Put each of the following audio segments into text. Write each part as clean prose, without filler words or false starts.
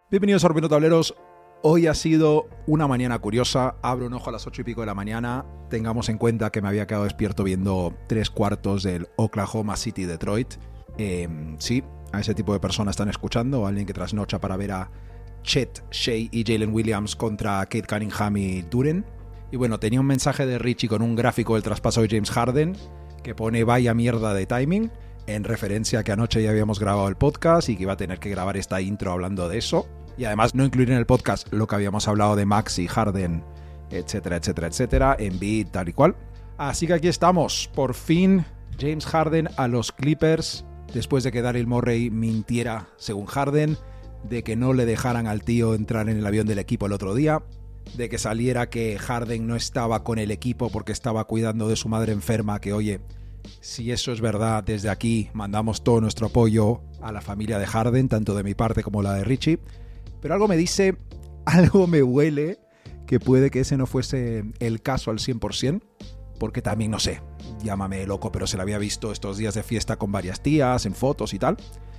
Bienvenidos a Rompiendo Tableros. Hoy ha sido una mañana curiosa. Abro un ojo a las 8:00 de la mañana. Tengamos en cuenta que me había quedado despierto viendo 3/4 del Oklahoma City Detroit. Sí, a ese tipo de personas están escuchando. Alguien que trasnocha para ver a Chet, Shea y Jalen Williams contra Cade Cunningham y Duren. Y bueno, tenía un mensaje de Richie con un gráfico del traspaso de James Harden que pone vaya mierda de timing, en referencia a que anoche ya habíamos grabado el podcast y que iba a tener que grabar esta intro hablando de eso. Y además no incluir en el podcast lo que habíamos hablado de Maxey, Harden, etcétera, etcétera, etcétera, Embiid, tal y cual. Así que aquí estamos, por fin James Harden a los Clippers, después de que Daryl Morey mintiera, según Harden, de que no le dejaran al tío entrar en el avión del equipo el otro día, de que saliera que Harden no estaba con el equipo porque estaba cuidando de su madre enferma, que oye, si eso es verdad, desde aquí mandamos todo nuestro apoyo a la familia de Harden, tanto de mi parte como la de Richie. Pero algo me dice, algo me huele, que puede que ese no fuese el caso al 100%, porque también, no sé, llámame loco, pero se la había visto estos días de fiesta con varias tías, en fotos y tal.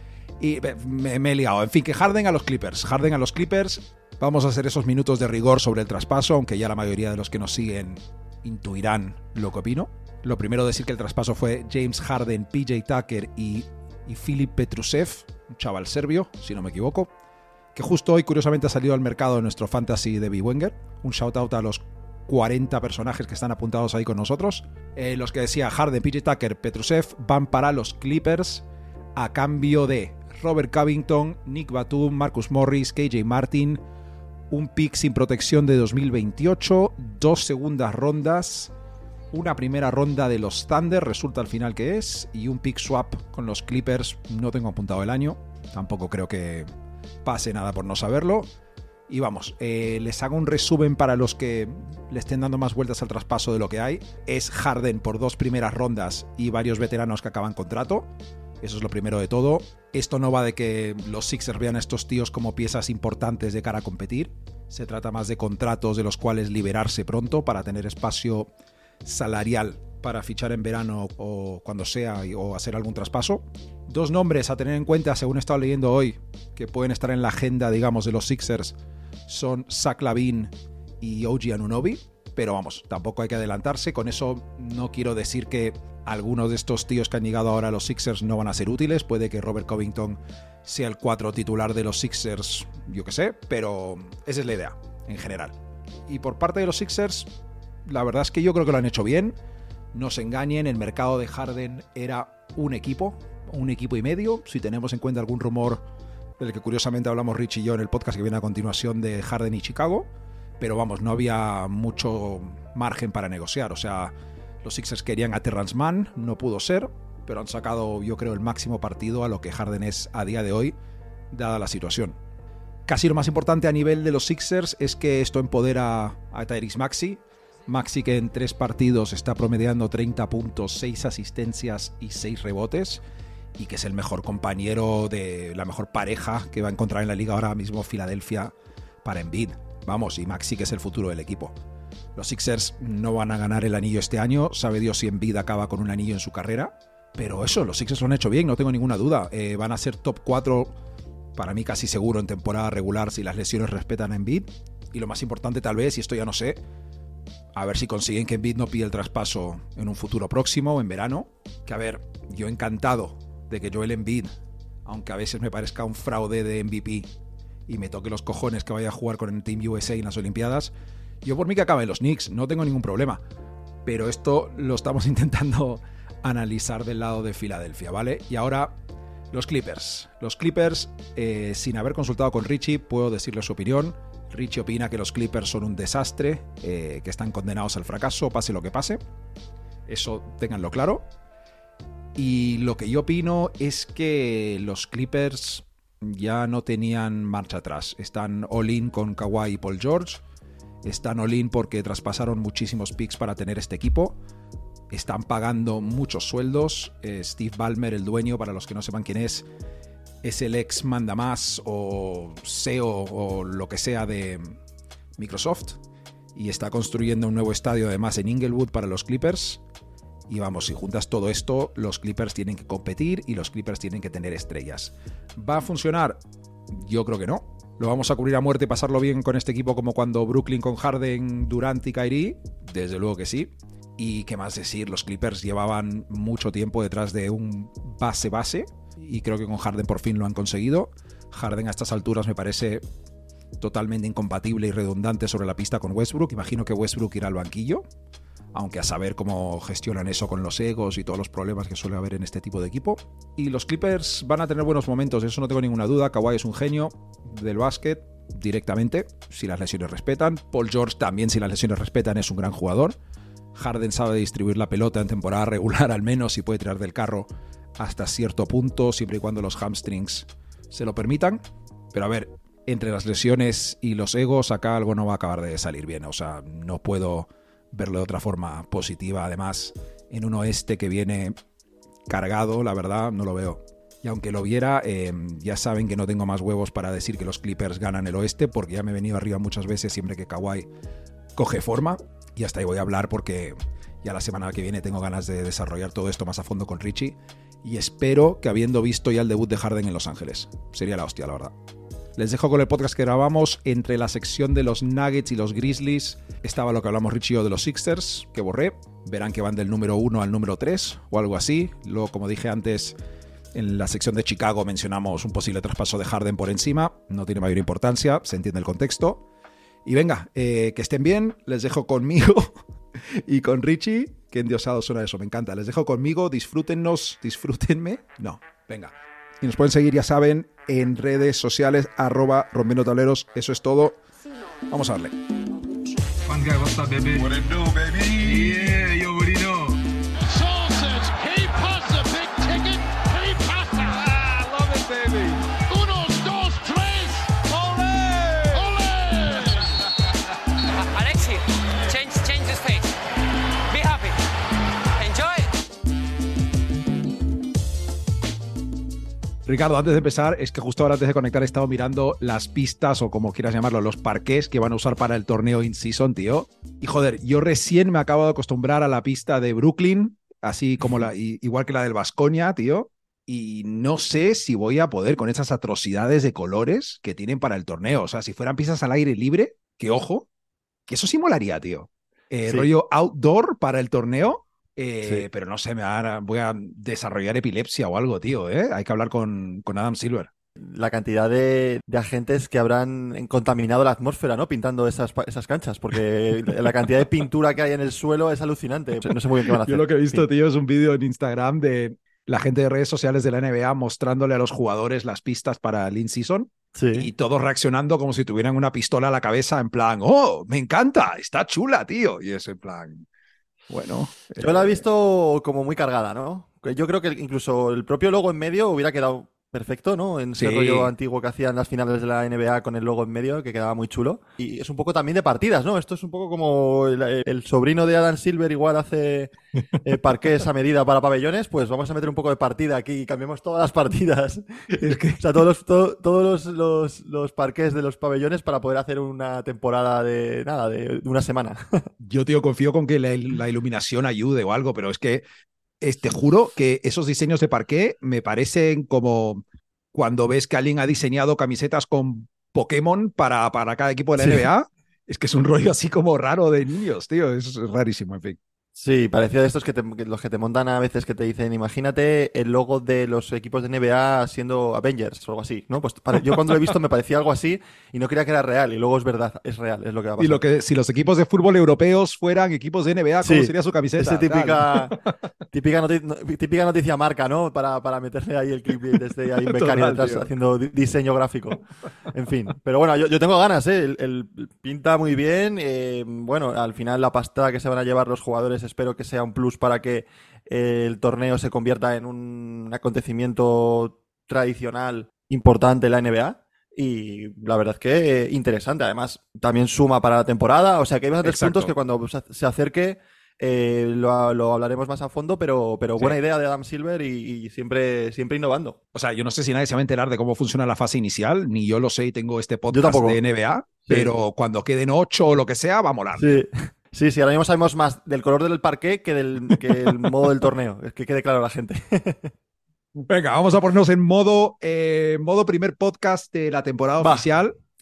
Y me he liado. En fin, que Harden a los Clippers. Harden a los Clippers. Vamos a hacer esos minutos de rigor sobre el traspaso, aunque ya la mayoría de los que nos siguen intuirán lo que opino. Lo primero, decir que el traspaso fue James Harden, PJ Tucker y Filip Petrusev, un chaval serbio, si no me equivoco, que justo hoy curiosamente ha salido al mercado de nuestro fantasy de B-Wenger. Un shout out a los 40 personajes que están apuntados ahí con nosotros. Los que decía Harden, PJ Tucker, Petrusev van para los Clippers a cambio de Robert Covington, Nick Batum, Marcus Morris, KJ Martin, un pick sin protección de 2028, 2 segundas rondas, una primera ronda de los Thunder, resulta al final que es, y un pick swap con los Clippers. No tengo apuntado el año, tampoco creo que pase nada por no saberlo. Y vamos, les hago un resumen para los que le estén dando más vueltas al traspaso de lo que hay. Es Harden por 2 primeras rondas y varios veteranos que acaban contrato. Eso es lo primero de todo. Esto no va de que los Sixers vean a estos tíos como piezas importantes de cara a competir. Se trata más de contratos de los cuales liberarse pronto para tener espacio salarial para fichar en verano o cuando sea, o hacer algún traspaso. 2 nombres a tener en cuenta, según he estado leyendo hoy, que pueden estar en la agenda, digamos, de los Sixers, son Zach LaVine y OG Anunoby. Pero vamos, tampoco hay que adelantarse. Con eso no quiero decir que algunos de estos tíos que han llegado ahora a los Sixers no van a ser útiles. Puede que Robert Covington sea el 4 titular de los Sixers, yo qué sé, pero esa es la idea, en general. Y por parte de los Sixers, la verdad es que yo creo que lo han hecho bien. No se engañen, el mercado de Harden era un equipo y medio. Si tenemos en cuenta algún rumor del que curiosamente hablamos Rich y yo en el podcast que viene a continuación de Harden y Chicago. Pero vamos, no había mucho margen para negociar. O sea, los Sixers querían a Terrence Mann, no pudo ser, pero han sacado, yo creo, el máximo partido a lo que Harden es a día de hoy, dada la situación. Casi lo más importante a nivel de los Sixers es que esto empodera a Tyrese Maxey. Maxey, que en 3 partidos está promediando 30 puntos, 6 asistencias y 6 rebotes, y que es el mejor compañero de la mejor pareja que va a encontrar en la liga ahora mismo Filadelfia para Embiid. Vamos, y Maxey, que es el futuro del equipo. Los Sixers no van a ganar el anillo este año, sabe Dios si Embiid acaba con un anillo en su carrera, pero eso, los Sixers lo han hecho bien, no tengo ninguna duda. Van a ser top 4, para mí casi seguro, en temporada regular si las lesiones respetan a Embiid. Y lo más importante tal vez, y esto ya no sé, a ver si consiguen que Embiid no pille el traspaso en un futuro próximo, en verano. Que a ver, yo encantado de que Joel Embiid, aunque a veces me parezca un fraude de MVP y me toque los cojones que vaya a jugar con el Team USA en las Olimpiadas, yo por mí que acabe en los Knicks, no tengo ningún problema. Pero esto lo estamos intentando analizar del lado de Filadelfia, ¿vale? Y ahora, los Clippers. Los Clippers, sin haber consultado con Richie, puedo decirle su opinión. Richie opina que los Clippers son un desastre, que están condenados al fracaso, pase lo que pase. Eso ténganlo claro. Y lo que yo opino es que los Clippers ya no tenían marcha atrás. Están all-in con Kawhi y Paul George. Están all-in porque traspasaron muchísimos picks para tener este equipo. Están pagando muchos sueldos. Steve Ballmer, el dueño, para los que no sepan quién es el ex mandamás o CEO o lo que sea de Microsoft. Y está construyendo un nuevo estadio además en Inglewood para los Clippers. Y vamos, si juntas todo esto, los Clippers tienen que competir y los Clippers tienen que tener estrellas. ¿Va a funcionar? Yo creo que no. ¿Lo vamos a cubrir a muerte y pasarlo bien con este equipo como cuando Brooklyn con Harden, Durant y Kyrie? Desde luego que sí. Y qué más decir, los Clippers llevaban mucho tiempo detrás de un base y creo que con Harden por fin lo han conseguido. Harden a estas alturas me parece totalmente incompatible y redundante sobre la pista con Westbrook. Imagino que Westbrook irá al banquillo, aunque a saber cómo gestionan eso con los egos y todos los problemas que suele haber en este tipo de equipo. Y los Clippers van a tener buenos momentos, eso no tengo ninguna duda. Kawhi es un genio del básquet directamente, si las lesiones respetan. Paul George también, si las lesiones respetan, es un gran jugador. Harden sabe distribuir la pelota en temporada regular al menos y puede tirar del carro hasta cierto punto, siempre y cuando los hamstrings se lo permitan. Pero a ver, entre las lesiones y los egos, acá algo no va a acabar de salir bien. O sea, no puedo verlo de otra forma positiva. Además, en un oeste que viene cargado, la verdad, no lo veo. Y aunque lo viera, ya saben que no tengo más huevos para decir que los Clippers ganan el oeste, porque ya me he venido arriba muchas veces siempre que Kawhi coge forma. Y hasta ahí voy a hablar porque ya la semana que viene tengo ganas de desarrollar todo esto más a fondo con Richie. Y espero que habiendo visto ya el debut de Harden en Los Ángeles. Sería la hostia, la verdad. Les dejo con el podcast que grabamos. Entre la sección de los Nuggets y los Grizzlies estaba lo que hablamos Richie y yo de los Sixers, que borré. Verán que van del número 1 al número 3 o algo así. Luego, como dije antes, en la sección de Chicago mencionamos un posible traspaso de Harden por encima. No tiene mayor importancia, se entiende el contexto. Y venga, que estén bien, les dejo conmigo y con Richie, que endiosado suena eso, me encanta. Les dejo conmigo, disfrútennos, disfrútenme. No, venga. Y nos pueden seguir, ya saben, en redes sociales, @rompiendotableros. Eso es todo. Vamos a darle. Fun guy, what's up, baby? What it do, baby? Yeah, you already know. Sausage, he pasa, big ticket, he pasa. I love it, baby. Unos, dos, tres. Ole! Ole! Alexi, change the stage. Be happy. Enjoy. Ricardo, antes de empezar, es que justo ahora antes de conectar he estado mirando las pistas o como quieras llamarlo, los parqués que van a usar para el torneo in-season, tío. Y joder, yo recién me acabo de acostumbrar a la pista de Brooklyn, así como igual que la del Baskonia, tío. Y no sé si voy a poder con esas atrocidades de colores que tienen para el torneo. O sea, si fueran pistas al aire libre, que ojo, que eso sí molaría, tío. Sí. Rollo outdoor para el torneo. Sí. Pero no sé, voy a desarrollar epilepsia o algo, tío. Hay que hablar con Adam Silver. La cantidad de agentes que habrán contaminado la atmósfera, ¿no? Pintando esas canchas, porque la cantidad de pintura que hay en el suelo es alucinante. No sé muy bien qué van a hacer. Yo lo que he visto, Sí. tío, es un vídeo en Instagram de la gente de redes sociales de la NBA mostrándole a los jugadores las pistas para el in-season Sí. y todos reaccionando como si tuvieran una pistola a la cabeza en plan, ¡oh, me encanta! Está chula, tío. Y es en plan, bueno. Yo la he visto como muy cargada, ¿no? Yo creo que incluso el propio logo en medio hubiera quedado perfecto, ¿no? En ese Sí. rollo antiguo que hacían las finales de la NBA con el logo en medio, que quedaba muy chulo. Y es un poco también de partidas, ¿no? Esto es un poco como el sobrino de Adam Silver igual hace parqués a medida para pabellones, pues vamos a meter un poco de partida aquí y cambiamos todas las partidas. Es que O sea, todos los parqués de los pabellones para poder hacer una temporada de una semana. yo, tío, confío con que la iluminación ayude o algo, pero es que te juro que esos diseños de parqué me parecen como cuando ves que alguien ha diseñado camisetas con Pokémon para cada equipo de la Sí. NBA. Es que es un rollo así como raro de niños, tío. Es rarísimo, en fin. Sí, parecía de estos los que te montan a veces que te dicen, imagínate el logo de los equipos de NBA siendo Avengers o algo así, ¿no? Pues yo cuando lo he visto me parecía algo así y no creía que era real y luego es verdad, es real, es lo que va a Y pasar. si los equipos de fútbol europeos fueran equipos de NBA, ¿cómo Sí, sería su camiseta? Esa típica noticia marca, ¿no? Para meterle ahí el clip desde ahí un becario Total, detrás tío. haciendo diseño gráfico. En fin. Pero bueno, yo tengo ganas, ¿eh? El pinta muy bien. Bueno, al final la pasta que se van a llevar los jugadores espero que sea un plus para que el torneo se convierta en un acontecimiento tradicional importante en la NBA. Y la verdad es que interesante. Además, también suma para la temporada. O sea que hay bastantes Exacto. puntos que cuando se acerque lo hablaremos más a fondo, pero buena Sí. idea de Adam Silver y siempre innovando. O sea, yo no sé si nadie se va a enterar de cómo funciona la fase inicial, ni yo lo sé y tengo este podcast tampoco. de NBA, Sí. pero cuando queden 8 o lo que sea, va a molar. Sí. Sí, ahora mismo sabemos más del color del parqué que el modo del torneo. Es que quede claro a la gente. Venga, vamos a ponernos en modo primer podcast de la temporada Va. oficial.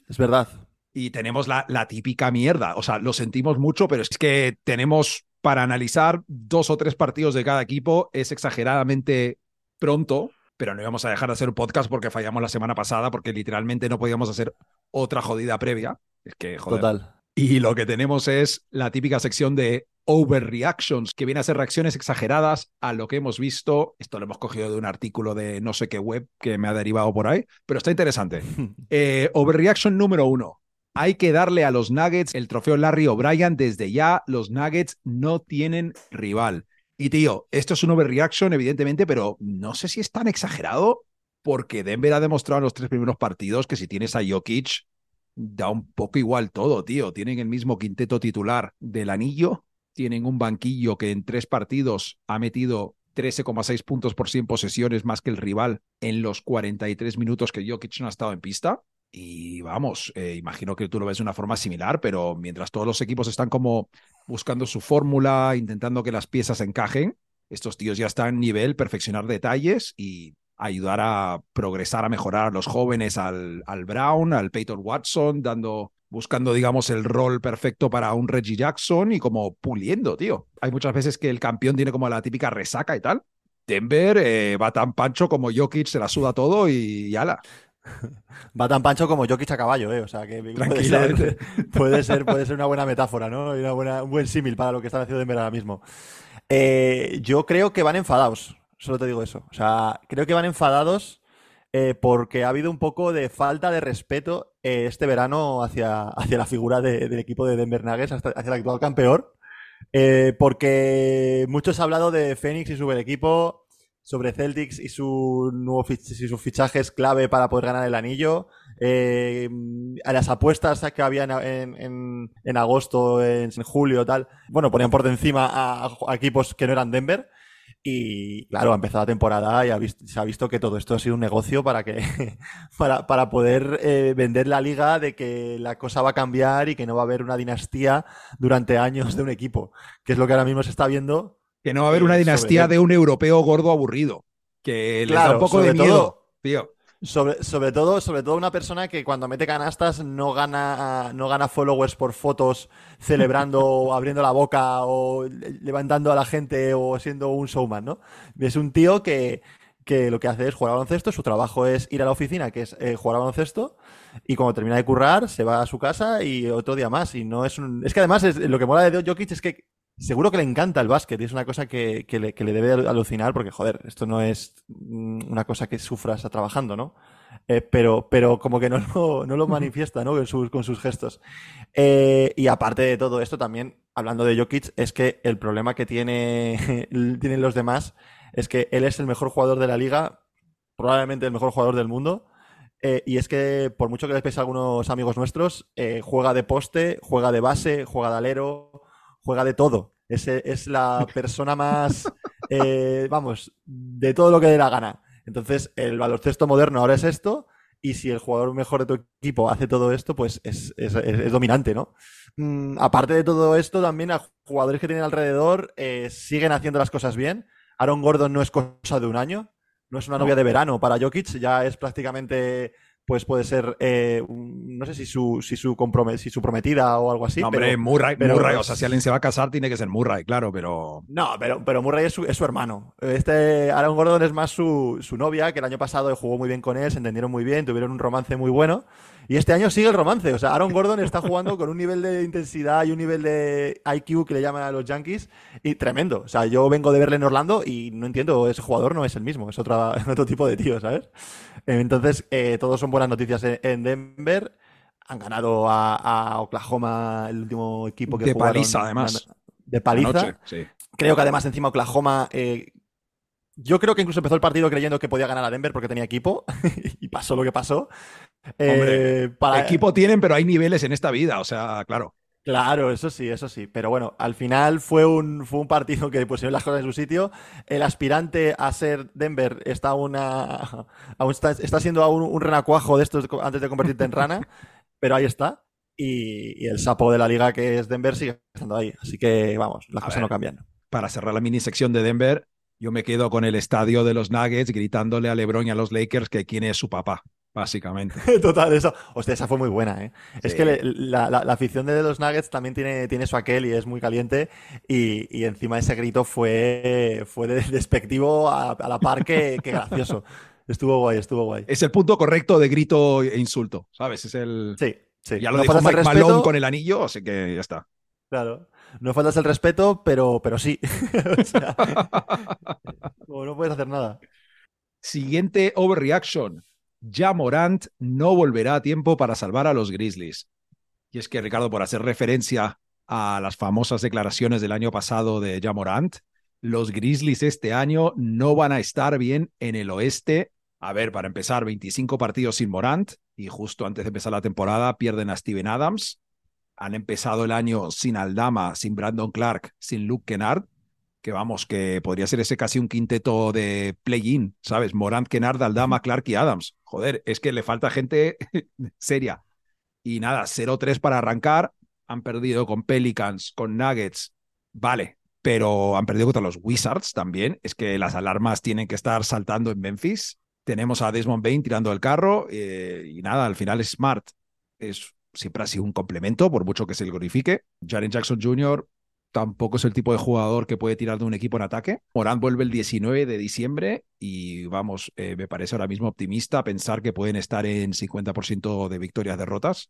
es verdad. Y tenemos la típica mierda. O sea, lo sentimos mucho, pero es que tenemos para analizar 2 o 3 partidos de cada equipo. Es exageradamente pronto, pero no íbamos a dejar de hacer un podcast porque fallamos la semana pasada, porque literalmente no podíamos hacer otra jodida previa. Es que, joder. Total. Y lo que tenemos es la típica sección de overreactions, que viene a ser reacciones exageradas a lo que hemos visto. Esto lo hemos cogido de un artículo de no sé qué web que me ha derivado por ahí, pero está interesante. Overreaction número 1. Hay que darle a los Nuggets el trofeo Larry O'Brien desde ya. Los Nuggets no tienen rival. Y tío, esto es un overreaction evidentemente, pero no sé si es tan exagerado, porque Denver ha demostrado en los 3 primeros partidos que si tienes a Jokic, da un poco igual todo, tío. Tienen el mismo quinteto titular del anillo, tienen un banquillo que en 3 partidos ha metido 13,6 puntos por 100 posesiones más que el rival en los 43 minutos que Jokic no ha estado en pista. Y vamos, imagino que tú lo ves de una forma similar, pero mientras todos los equipos están como buscando su fórmula, intentando que las piezas encajen, estos tíos ya están en nivel perfeccionar detalles y ayudar a progresar, a mejorar a los jóvenes, al Brown, al Peyton Watson, buscando, digamos, el rol perfecto para un Reggie Jackson y como puliendo, tío. Hay muchas veces que el campeón tiene como la típica resaca y tal. Denver va tan pancho como Jokic, se la suda todo y ala. Va tan pancho como Jokic a caballo, ¿eh? O sea, que puede ser una buena metáfora, ¿no? Y un buen símil para lo que están haciendo Denver ahora mismo. Yo creo que van enfadados, solo te digo eso. O sea, creo que van enfadados porque ha habido un poco de falta de respeto este verano hacia la figura del equipo de Denver Nuggets, hacia el actual campeón. Porque muchos han hablado de Phoenix y su equipo, sobre Celtics y sus fichajes clave para poder ganar el anillo, a las apuestas que había en agosto, en julio, tal, bueno, ponían por encima a equipos que no eran Denver. Y claro, ha empezado la temporada y se ha visto que todo esto ha sido un negocio para poder vender la liga, de que la cosa va a cambiar y que no va a haber una dinastía durante años de un equipo, que es lo que ahora mismo se está viendo. Que no va a haber una dinastía de un europeo gordo aburrido, que les da un poco de miedo, tío. Sobre todo una persona que cuando mete canastas no gana followers por fotos celebrando o abriendo la boca o levantando a la gente o siendo un showman, ¿no? Es un tío que lo que hace es jugar al baloncesto, su trabajo es ir a la oficina, que es jugar al baloncesto, y cuando termina de currar se va a su casa y otro día más. Y no es que además lo que mola de Jokic es que seguro que le encanta el básquet y es una cosa que le debe alucinar, porque, joder, esto no es una cosa que sufras trabajando, ¿no? Pero como que no lo manifiesta, ¿no? Con sus gestos. Y aparte de todo esto, también, hablando de Jokic, es que el problema que tienen los demás es que él es el mejor jugador de la liga, probablemente el mejor jugador del mundo. Y es que, por mucho que les pese a algunos amigos nuestros, juega de poste, juega de base, juega de alero, juega de todo. Es la persona más, de todo lo que dé la gana. Entonces, el baloncesto moderno ahora es esto, y si el jugador mejor de tu equipo hace todo esto, pues es dominante, ¿no? Aparte de todo esto, también a jugadores que tienen alrededor siguen haciendo las cosas bien. Aaron Gordon no es cosa de un año, no es una novia de verano para Jokic, ya es prácticamente... pues puede ser, no sé si su prometida o algo así. No, hombre, Murray, o sea, si alguien se va a casar tiene que ser Murray, claro, pero... No, pero Murray es su hermano. Aaron Gordon es más su novia, que el año pasado jugó muy bien con él, se entendieron muy bien, tuvieron un romance muy bueno. Y este año sigue el romance. O sea, Aaron Gordon está jugando con un nivel de intensidad y un nivel de IQ que le llaman a los Yankees y tremendo. O sea, yo vengo de verle en Orlando y no entiendo, ese jugador no es el mismo, es otro tipo de tío, ¿sabes? Entonces, todos son buenas noticias en Denver. Han ganado a Oklahoma, el último equipo que jugaron. De paliza, además. De paliza. Anoche, sí. Creo que además encima Oklahoma... yo creo que incluso empezó el partido creyendo que podía ganar a Denver porque tenía equipo y pasó lo que pasó. Hombre, equipo tienen, pero hay niveles en esta vida, o sea, claro. Claro, eso sí. Pero bueno, al final fue un partido que pusieron las cosas en su sitio. El aspirante a ser Denver está siendo aún un renacuajo de estos antes de convertirte en rana, pero ahí está. Y el sapo de la liga, que es Denver, sigue estando ahí. Así que, vamos, las cosas no cambian. Para cerrar la mini sección de Denver, yo me quedo con el estadio de los Nuggets gritándole a LeBron y a los Lakers que quién es su papá. básicamente. Total, eso. Hostia, esa fue muy buena, ¿eh? Sí. Es que la afición de los Nuggets también tiene su aquel y es muy caliente. Y encima ese grito fue despectivo a la par que gracioso. Estuvo guay, estuvo guay. Es el punto correcto de grito e insulto, ¿sabes? Es el... Sí, sí. Ya lo No dijo faltas el Mike Malone respeto, con el anillo, así que ya está. claro. No faltas el respeto, pero sí. O sea, como no puedes hacer nada. Siguiente overreaction. Ja Morant no volverá a tiempo para salvar a los Grizzlies. Y es que, Ricardo, por hacer referencia a las famosas declaraciones del año pasado de Ja Morant, los Grizzlies este año no van a estar bien en el oeste. A ver, para empezar, 25 partidos sin Morant y justo antes de empezar la temporada pierden a Steven Adams. Han empezado el año sin Aldama, sin Brandon Clark, sin Luke Kennard, que vamos, que podría ser ese casi un quinteto de play-in, ¿sabes? Morant, Kennard, Aldama, Clark y Adams. Joder, es que le falta gente seria. Y nada, 0-3 para arrancar. Han perdido con Pelicans, con Nuggets. Vale, pero han perdido contra los Wizards también. Es que las alarmas tienen que estar saltando en Memphis. Tenemos a Desmond Bane tirando el carro y nada, al final Smart siempre ha sido un complemento, por mucho que se le glorifique. Jaren Jackson Jr. tampoco es el tipo de jugador que puede tirar de un equipo en ataque. Morant vuelve el 19 de diciembre y vamos, me parece ahora mismo optimista pensar que pueden estar en 50% de victorias-derrotas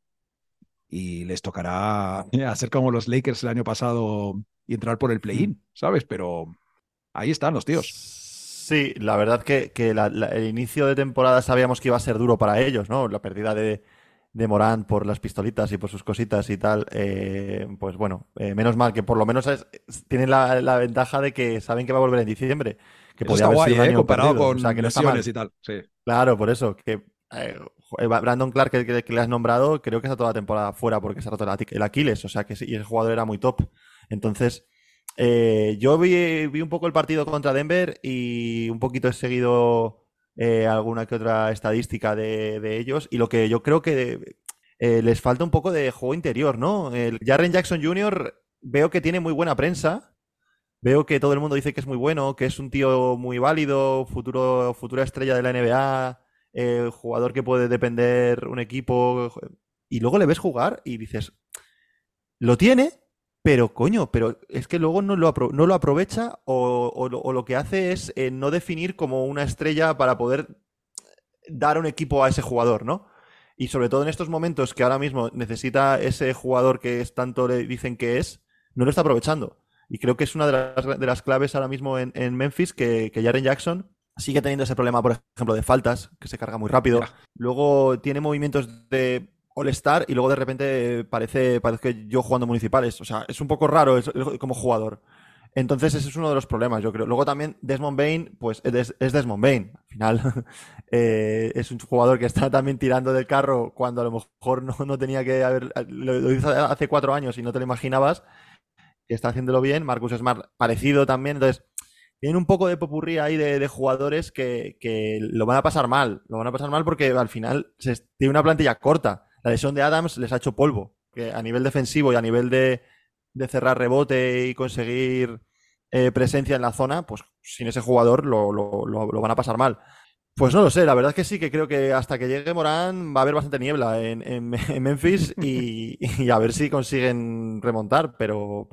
y les tocará hacer como los Lakers el año pasado y entrar por el play-in, ¿sabes? Pero ahí están los tíos. Sí, la verdad que el inicio de temporada sabíamos que iba a ser duro para ellos, ¿no? La pérdida de Morant por las pistolitas y por sus cositas y tal, pues bueno, menos mal que por lo menos tienen la ventaja de que saben que va a volver en diciembre. Que eso está guay, comparado perdido, con o sea, que no está mal. lesiones y tal. Sí. Claro, por eso, que Brandon Clark, que le has nombrado, creo que está toda la temporada fuera porque se ha roto el Aquiles, o sea que y el jugador era muy top. Entonces, yo vi un poco el partido contra Denver y un poquito he seguido alguna que otra estadística de ellos, y lo que yo creo que les falta un poco de juego interior, ¿no? Jaren Jackson Jr. veo que tiene muy buena prensa, veo que todo el mundo dice que es muy bueno, que es un tío muy válido, futura estrella de la NBA, jugador que puede depender un equipo, y luego le ves jugar y dices, lo tiene, pero coño, pero es que luego no lo aprovecha o lo que hace es no definir como una estrella para poder dar un equipo a ese jugador, ¿no? Y sobre todo en estos momentos que ahora mismo necesita ese jugador que tanto le dicen que no lo está aprovechando. Y creo que es una de las claves ahora mismo en Memphis, que Jaren Jackson sigue teniendo ese problema, por ejemplo, de faltas, que se carga muy rápido. Luego tiene movimientos de All-Star y luego de repente parece que yo jugando municipales. O sea, es un poco raro como jugador. Entonces ese es uno de los problemas, yo creo. Luego también Desmond Bane, pues es Desmond Bane. Al final es un jugador que está también tirando del carro cuando a lo mejor no tenía que haber... Lo hizo hace 4 años y no te lo imaginabas. Que está haciéndolo bien. Marcus Smart parecido también. Entonces tienen un poco de popurrí ahí de jugadores que lo van a pasar mal. Lo van a pasar mal porque al final tiene una plantilla corta. La lesión de Adams les ha hecho polvo, que a nivel defensivo y a nivel de cerrar rebote y conseguir presencia en la zona, pues sin ese jugador lo van a pasar mal. Pues no lo sé, la verdad es que sí, que creo que hasta que llegue Morant va a haber bastante niebla en Memphis y a ver si consiguen remontar, pero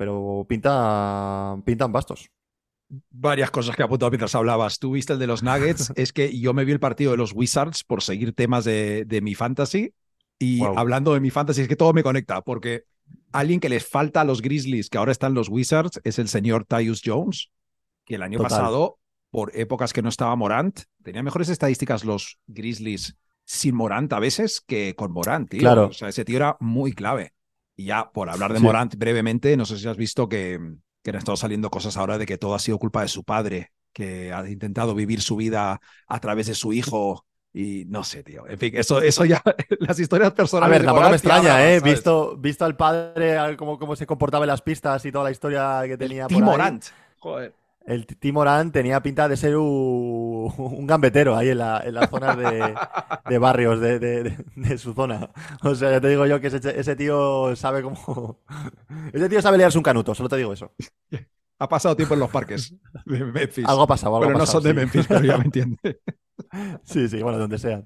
pintan bastos. Varias cosas que apuntado mientras hablabas. Tú viste el de los Nuggets, es que yo me vi el partido de los Wizards por seguir temas de mi fantasy. Y hablando de mi fantasy, es que todo me conecta, porque alguien que les falta a los Grizzlies, que ahora están los Wizards, es el señor Tyus Jones, que el año pasado, por épocas que no estaba Morant, tenía mejores estadísticas los Grizzlies sin Morant a veces que con Morant, tío. Claro. O sea, ese tío era muy clave. Y ya, por hablar de Morant brevemente, no sé si has visto que han estado saliendo cosas ahora de que todo ha sido culpa de su padre, que ha intentado vivir su vida a través de su hijo. Y no sé, tío. En fin, eso ya, las historias personales. A ver, tampoco me extraña, visto al padre, cómo se comportaba en las pistas y toda la historia que tenía. Tim Morant. Joder. El Tim Morant tenía pinta de ser un gambetero ahí en las zonas de barrios de su zona. O sea, ya te digo yo que ese tío sabe cómo. Ese tío sabe liarse un canuto, solo te digo eso. Ha pasado tiempo en los parques de Memphis. Algo ha pasado, pero no son de Memphis, pero ya me entiende. Sí, bueno, donde sean.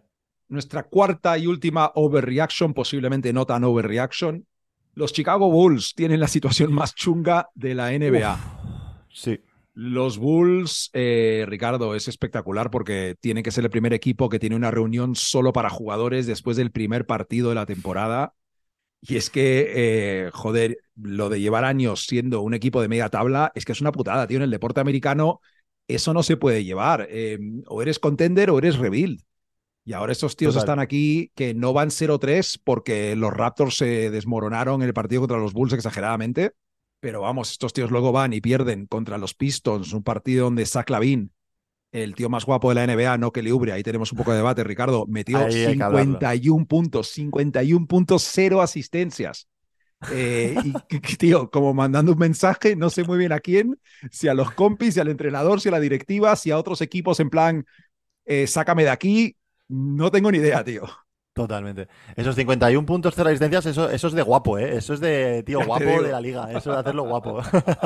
nuestra cuarta y última overreaction, posiblemente no tan overreaction. Los Chicago Bulls tienen la situación más chunga de la NBA. Sí. Los Bulls, Ricardo, es espectacular porque tiene que ser el primer equipo que tiene una reunión solo para jugadores después del primer partido de la temporada. Y es que, joder, lo de llevar años siendo un equipo de media tabla es que es una putada, tío. En el deporte americano eso no se puede llevar. O eres contender o eres rebuild. Y ahora estos tíos están aquí que no van 0-3 porque los Raptors se desmoronaron en el partido contra los Bulls exageradamente. Pero vamos, estos tíos luego van y pierden contra los Pistons, un partido donde Zach LaVine, el tío más guapo de la NBA, no Kelly Oubre, ahí tenemos un poco de debate, Ricardo, metió 51 puntos, 51 puntos, 0 asistencias. Y, tío, como mandando un mensaje, no sé muy bien a quién, si a los compis, si al entrenador, si a la directiva, si a otros equipos en plan, sácame de aquí, no tengo ni idea, tío. Totalmente. Esos 51 puntos, 0 asistencias, eso es de guapo, ¿eh? Eso es de tío guapo de la liga, eso de hacerlo guapo.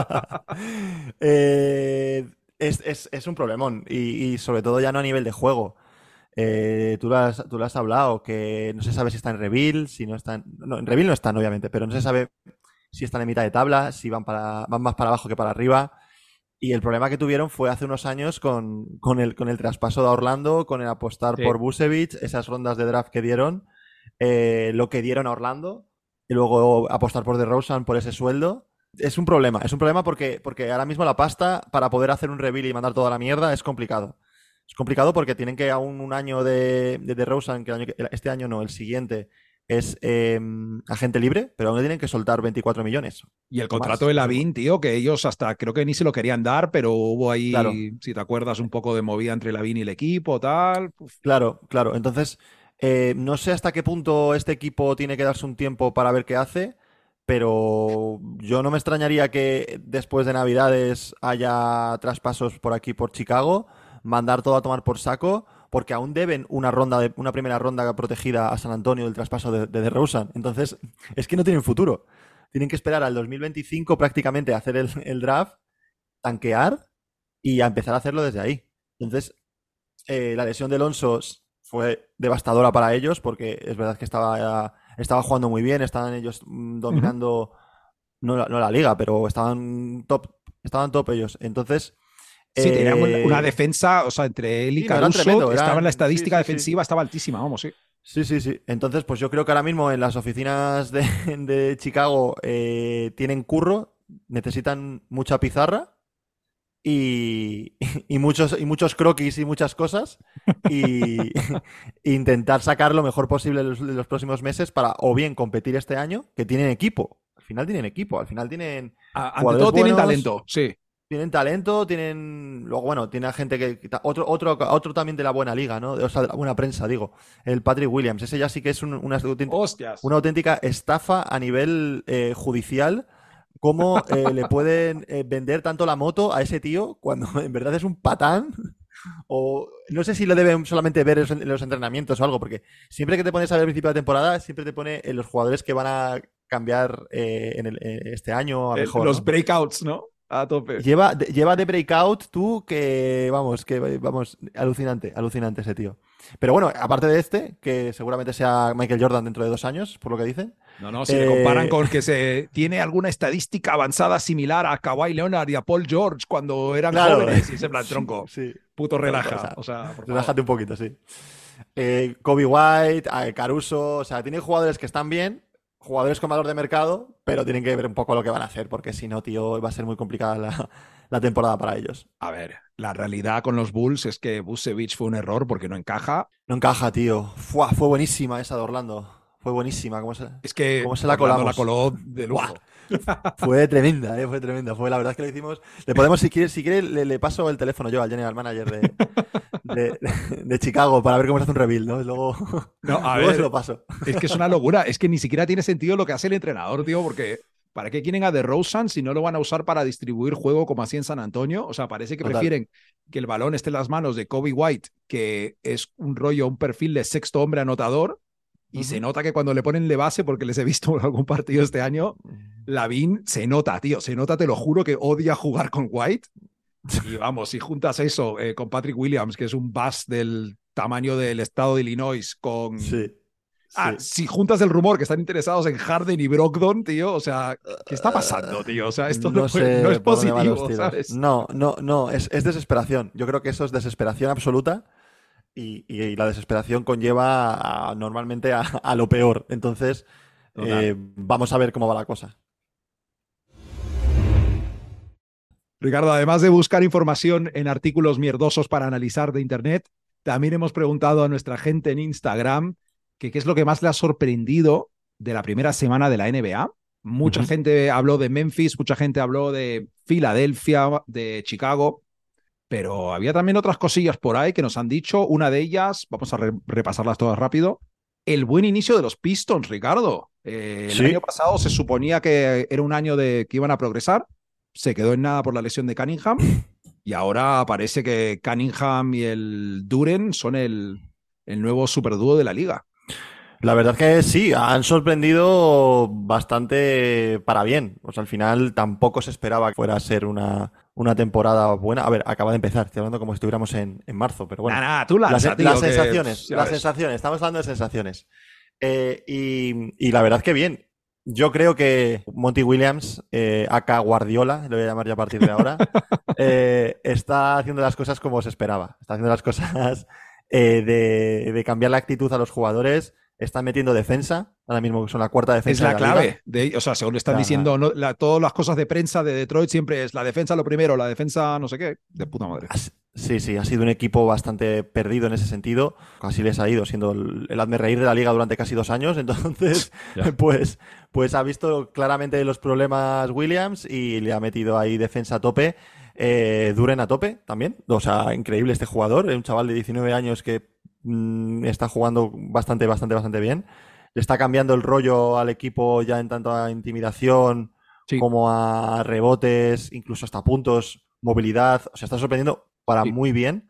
Es un problemón y sobre todo ya no a nivel de juego. Tú lo has hablado, que no se sabe si está en reveal, si no están. No, en reveal no están, obviamente, pero no se sabe si están en mitad de tabla, si van más para abajo que para arriba. Y el problema que tuvieron fue hace unos años con el traspaso de Orlando, con el apostar por Vucevic, esas rondas de draft que dieron, lo que dieron a Orlando, y luego apostar por DeRozan por ese sueldo. Es un problema porque ahora mismo la pasta para poder hacer un reveal y mandar toda la mierda es complicado. Es complicado porque tienen que aún un año de DeRozan, que este año no, el siguiente, es agente libre, pero aún le tienen que soltar 24 millones. Y el contrato de LaVine, tío, que ellos hasta creo que ni se lo querían dar, pero hubo ahí, claro, si te acuerdas, un poco de movida entre LaVine y el equipo, tal. Uf. Claro. Entonces, no sé hasta qué punto este equipo tiene que darse un tiempo para ver qué hace, pero yo no me extrañaría que después de Navidades haya traspasos por aquí, por Chicago, mandar todo a tomar por saco, porque aún deben una primera ronda protegida a San Antonio del traspaso de DeRozan. Entonces, es que no tienen futuro. Tienen que esperar al 2025 prácticamente a hacer el draft, tanquear y a empezar a hacerlo desde ahí. Entonces, la lesión de Alonso fue devastadora para ellos, porque es verdad que estaba jugando muy bien, estaban ellos dominando, no la liga, pero estaban top ellos. Entonces... Sí, tenían una defensa, o sea, entre él y Caruso, estaba en la estadística defensiva, estaba altísima, vamos, sí. Sí. Entonces, pues yo creo que ahora mismo en las oficinas de Chicago tienen curro, necesitan mucha pizarra y muchos croquis y muchas cosas y intentar sacar lo mejor posible de los próximos meses para o bien competir este año, que tienen equipo. Al final tienen equipo, ante todo tienen talento, sí. Tienen talento, luego, bueno, tiene gente que... Otro también de la buena liga, ¿no? O sea, de la buena prensa, digo. El Patrick Williams. Ese ya sí que es una auténtica estafa a nivel judicial. Cómo le pueden vender tanto la moto a ese tío cuando en verdad es un patán. O no sé si lo deben solamente ver en los entrenamientos o algo, porque siempre que te pones a ver al principio de temporada, siempre te pone los jugadores que van a cambiar este año a mejor. Los breakouts, ¿no? A tope. Lleva de breakout tú que vamos, alucinante ese tío. Pero bueno, aparte de que seguramente sea Michael Jordan dentro de 2 años, por lo que dicen. No, si le comparan con que tiene alguna estadística avanzada similar a Kawhi Leonard y a Paul George cuando eran jóvenes, y se plan tronco. Sí. Puto relaja. O sea, relájate un poquito, sí. Kobe White, Caruso, o sea, tiene jugadores que están bien, jugadores con valor de mercado, pero tienen que ver un poco lo que van a hacer, porque si no, tío, va a ser muy complicada la temporada para ellos. A ver, la realidad con los Bulls es que Vucevic fue un error porque no encaja. No encaja, tío. Fue buenísima esa de Orlando. Fue buenísima. ¿Cómo se la colamos? La coló de lujo. Fue tremenda, fue tremenda. La verdad es que lo hicimos. Le podemos, si quiere le paso el teléfono yo al general manager de Chicago para ver cómo se hace un reveal, ¿no? Luego se lo paso. Es que es una locura. Es que ni siquiera tiene sentido lo que hace el entrenador, tío, porque ¿para qué quieren a DeRozan si no lo van a usar para distribuir juego como así en San Antonio? O sea, parece que prefieren que el balón esté en las manos de Kobe White, que es un perfil de sexto hombre anotador. Y se nota que cuando le ponen de base, porque les he visto en algún partido este año, LaVine se nota, tío. Se nota, te lo juro, que odia jugar con White. Y vamos, si juntas eso con Patrick Williams, que es un bust del tamaño del estado de Illinois con... Sí. Si juntas el rumor que están interesados en Harden y Brogdon, tío, o sea, ¿qué está pasando, tío? O sea, esto no es por dónde van los positivo, tiros. ¿sabes? No, es desesperación. Yo creo que eso es desesperación absoluta y la desesperación conlleva normalmente a lo peor. Entonces, vamos a ver cómo va la cosa. Ricardo, además de buscar información en artículos mierdosos para analizar de internet, también hemos preguntado a nuestra gente en Instagram que qué es lo que más le ha sorprendido de la primera semana de la NBA. Mucha gente habló de Memphis, mucha gente habló de Filadelfia, de Chicago, pero había también otras cosillas por ahí que nos han dicho. Una de ellas, vamos a repasarlas todas rápido, el buen inicio de los Pistons, Ricardo. El año pasado se suponía que era un año que iban a progresar, se quedó en nada por la lesión de Cunningham y ahora parece que Cunningham y el Duren son el nuevo superdúo de la liga. La verdad que sí, han sorprendido bastante para bien. O sea, al final tampoco se esperaba que fuera a ser una temporada buena. A ver, acaba de empezar, estoy hablando como si estuviéramos en marzo, pero bueno. Tú lanza, tío, las sensaciones, estamos hablando de sensaciones. Y la verdad que bien. Yo creo que Monty Williams, aka Guardiola, lo voy a llamar ya a partir de ahora, está haciendo las cosas como se esperaba. Está haciendo las cosas de cambiar la actitud a los jugadores. Están metiendo defensa, ahora mismo son la cuarta defensa. Es la clave. O sea, según están diciendo, todas las cosas de prensa de Detroit siempre es la defensa lo primero, la defensa no sé qué, de puta madre. Sí, ha sido un equipo bastante perdido en ese sentido. Así les ha ido, siendo el hazmerreír de la liga durante casi 2 años. Entonces, pues ha visto claramente los problemas Williams y le ha metido ahí defensa a tope. Duren a tope también. O sea, increíble este jugador, un chaval de 19 años que está jugando bastante bien. Le está cambiando el rollo al equipo ya en tanto a intimidación como a rebotes, incluso hasta puntos, movilidad. O sea, está sorprendiendo para muy bien.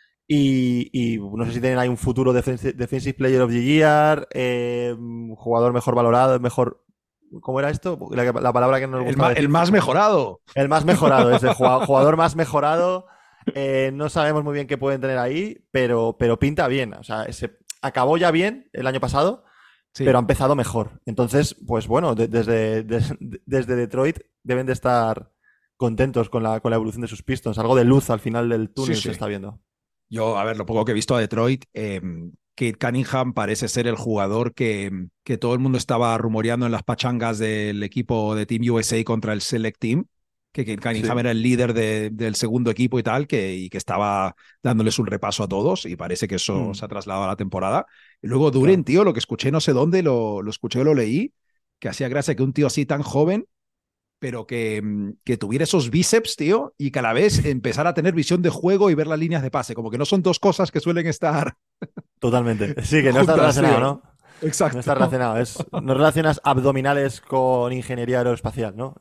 Y no sé si tienen ahí un futuro Defensive Player of the Year, jugador mejor valorado, mejor... ¿Cómo era esto? La palabra que nos gusta. El más mejorado. El más mejorado, es el jugador más mejorado. No sabemos muy bien qué pueden tener ahí, pero pinta bien. O sea, acabó ya bien el año pasado, pero ha empezado mejor. Entonces, pues bueno, desde Detroit deben de estar contentos con la evolución de sus Pistons. Algo de luz al final del túnel se está viendo. Yo, a ver, lo poco que he visto a Detroit, Kate Cunningham parece ser el jugador que todo el mundo estaba rumoreando en las pachangas del equipo de Team USA contra el Select Team, que Kate Cunningham era el líder del segundo equipo y tal, y que estaba dándoles un repaso a todos, y parece que eso se ha trasladado a la temporada. Y luego Duren, tío, lo que escuché no sé dónde, lo escuché o lo leí, que hacía gracia que un tío así tan joven, pero que tuviera esos bíceps, tío, y que a la vez empezara a tener visión de juego y ver las líneas de pase, como que no son dos cosas que suelen estar... Totalmente. Sí, que no está relacionado, ¿no? Exacto. No está relacionado. No relacionas abdominales con ingeniería aeroespacial, ¿no?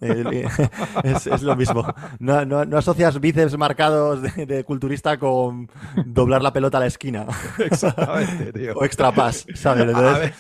Es lo mismo. No asocias bíceps marcados de culturista con doblar la pelota a la esquina. Exactamente, tío. O extra pass, ¿sabes? Entonces...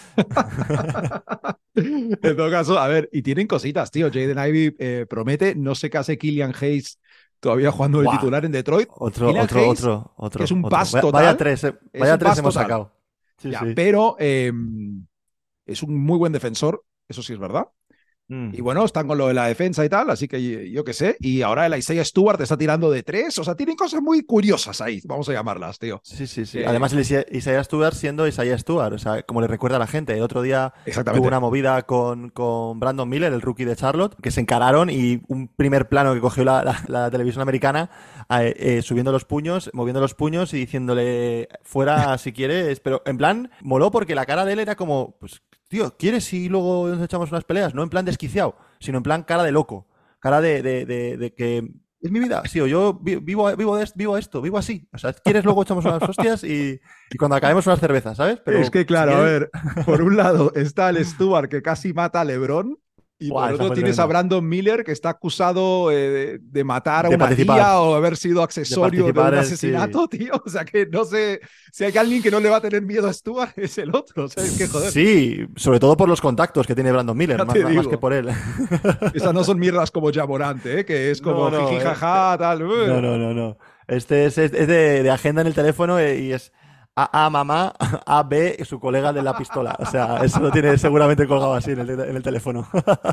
En todo caso, a ver, y tienen cositas, tío. Jaden Ivey promete, no sé qué hace Killian Hayes todavía jugando de titular en Detroit. Otro. Que es un pass total. Vaya tres hemos sacado. Sí. Pero es un muy buen defensor, eso sí es verdad. Y bueno, están con lo de la defensa y tal, así que yo qué sé. Y ahora el Isaiah Stewart está tirando de 3, o sea, tienen cosas muy curiosas ahí, vamos a llamarlas, tío. Sí. Además, el Isaiah Stewart siendo Isaiah Stewart, o sea, como le recuerda a la gente. El otro día tuvo una movida con Brandon Miller, el rookie de Charlotte, que se encararon y un primer plano que cogió la televisión americana, subiendo los puños, moviendo los puños y diciéndole fuera si quieres, pero en plan, moló porque la cara de él era como, pues, tío, ¿quieres si luego nos echamos unas peleas? No en plan desquiciado, sino en plan cara de loco. Cara de que es mi vida. Sí, o yo vivo esto, vivo así. O sea, ¿quieres luego echamos unas hostias y cuando acabemos unas cervezas, ¿sabes? Pero es que claro, si a ver, por un lado está el Stewart que casi mata a LeBron. Y por otro tienes a Brandon Miller que está acusado de matar a una tía o haber sido accesorio de un asesinato, tío. O sea que no sé, si hay alguien que no le va a tener miedo a Stuart es el otro. O sea, es que joder. Sí, sobre todo por los contactos que tiene Brandon Miller, más que por él. Esas no son mierdas como Ja Morant, que es como jiji jaja, tal. No. Este es de agenda en el teléfono y es... A mamá, A B su colega de la pistola. O sea, eso lo tiene seguramente colgado así en el teléfono.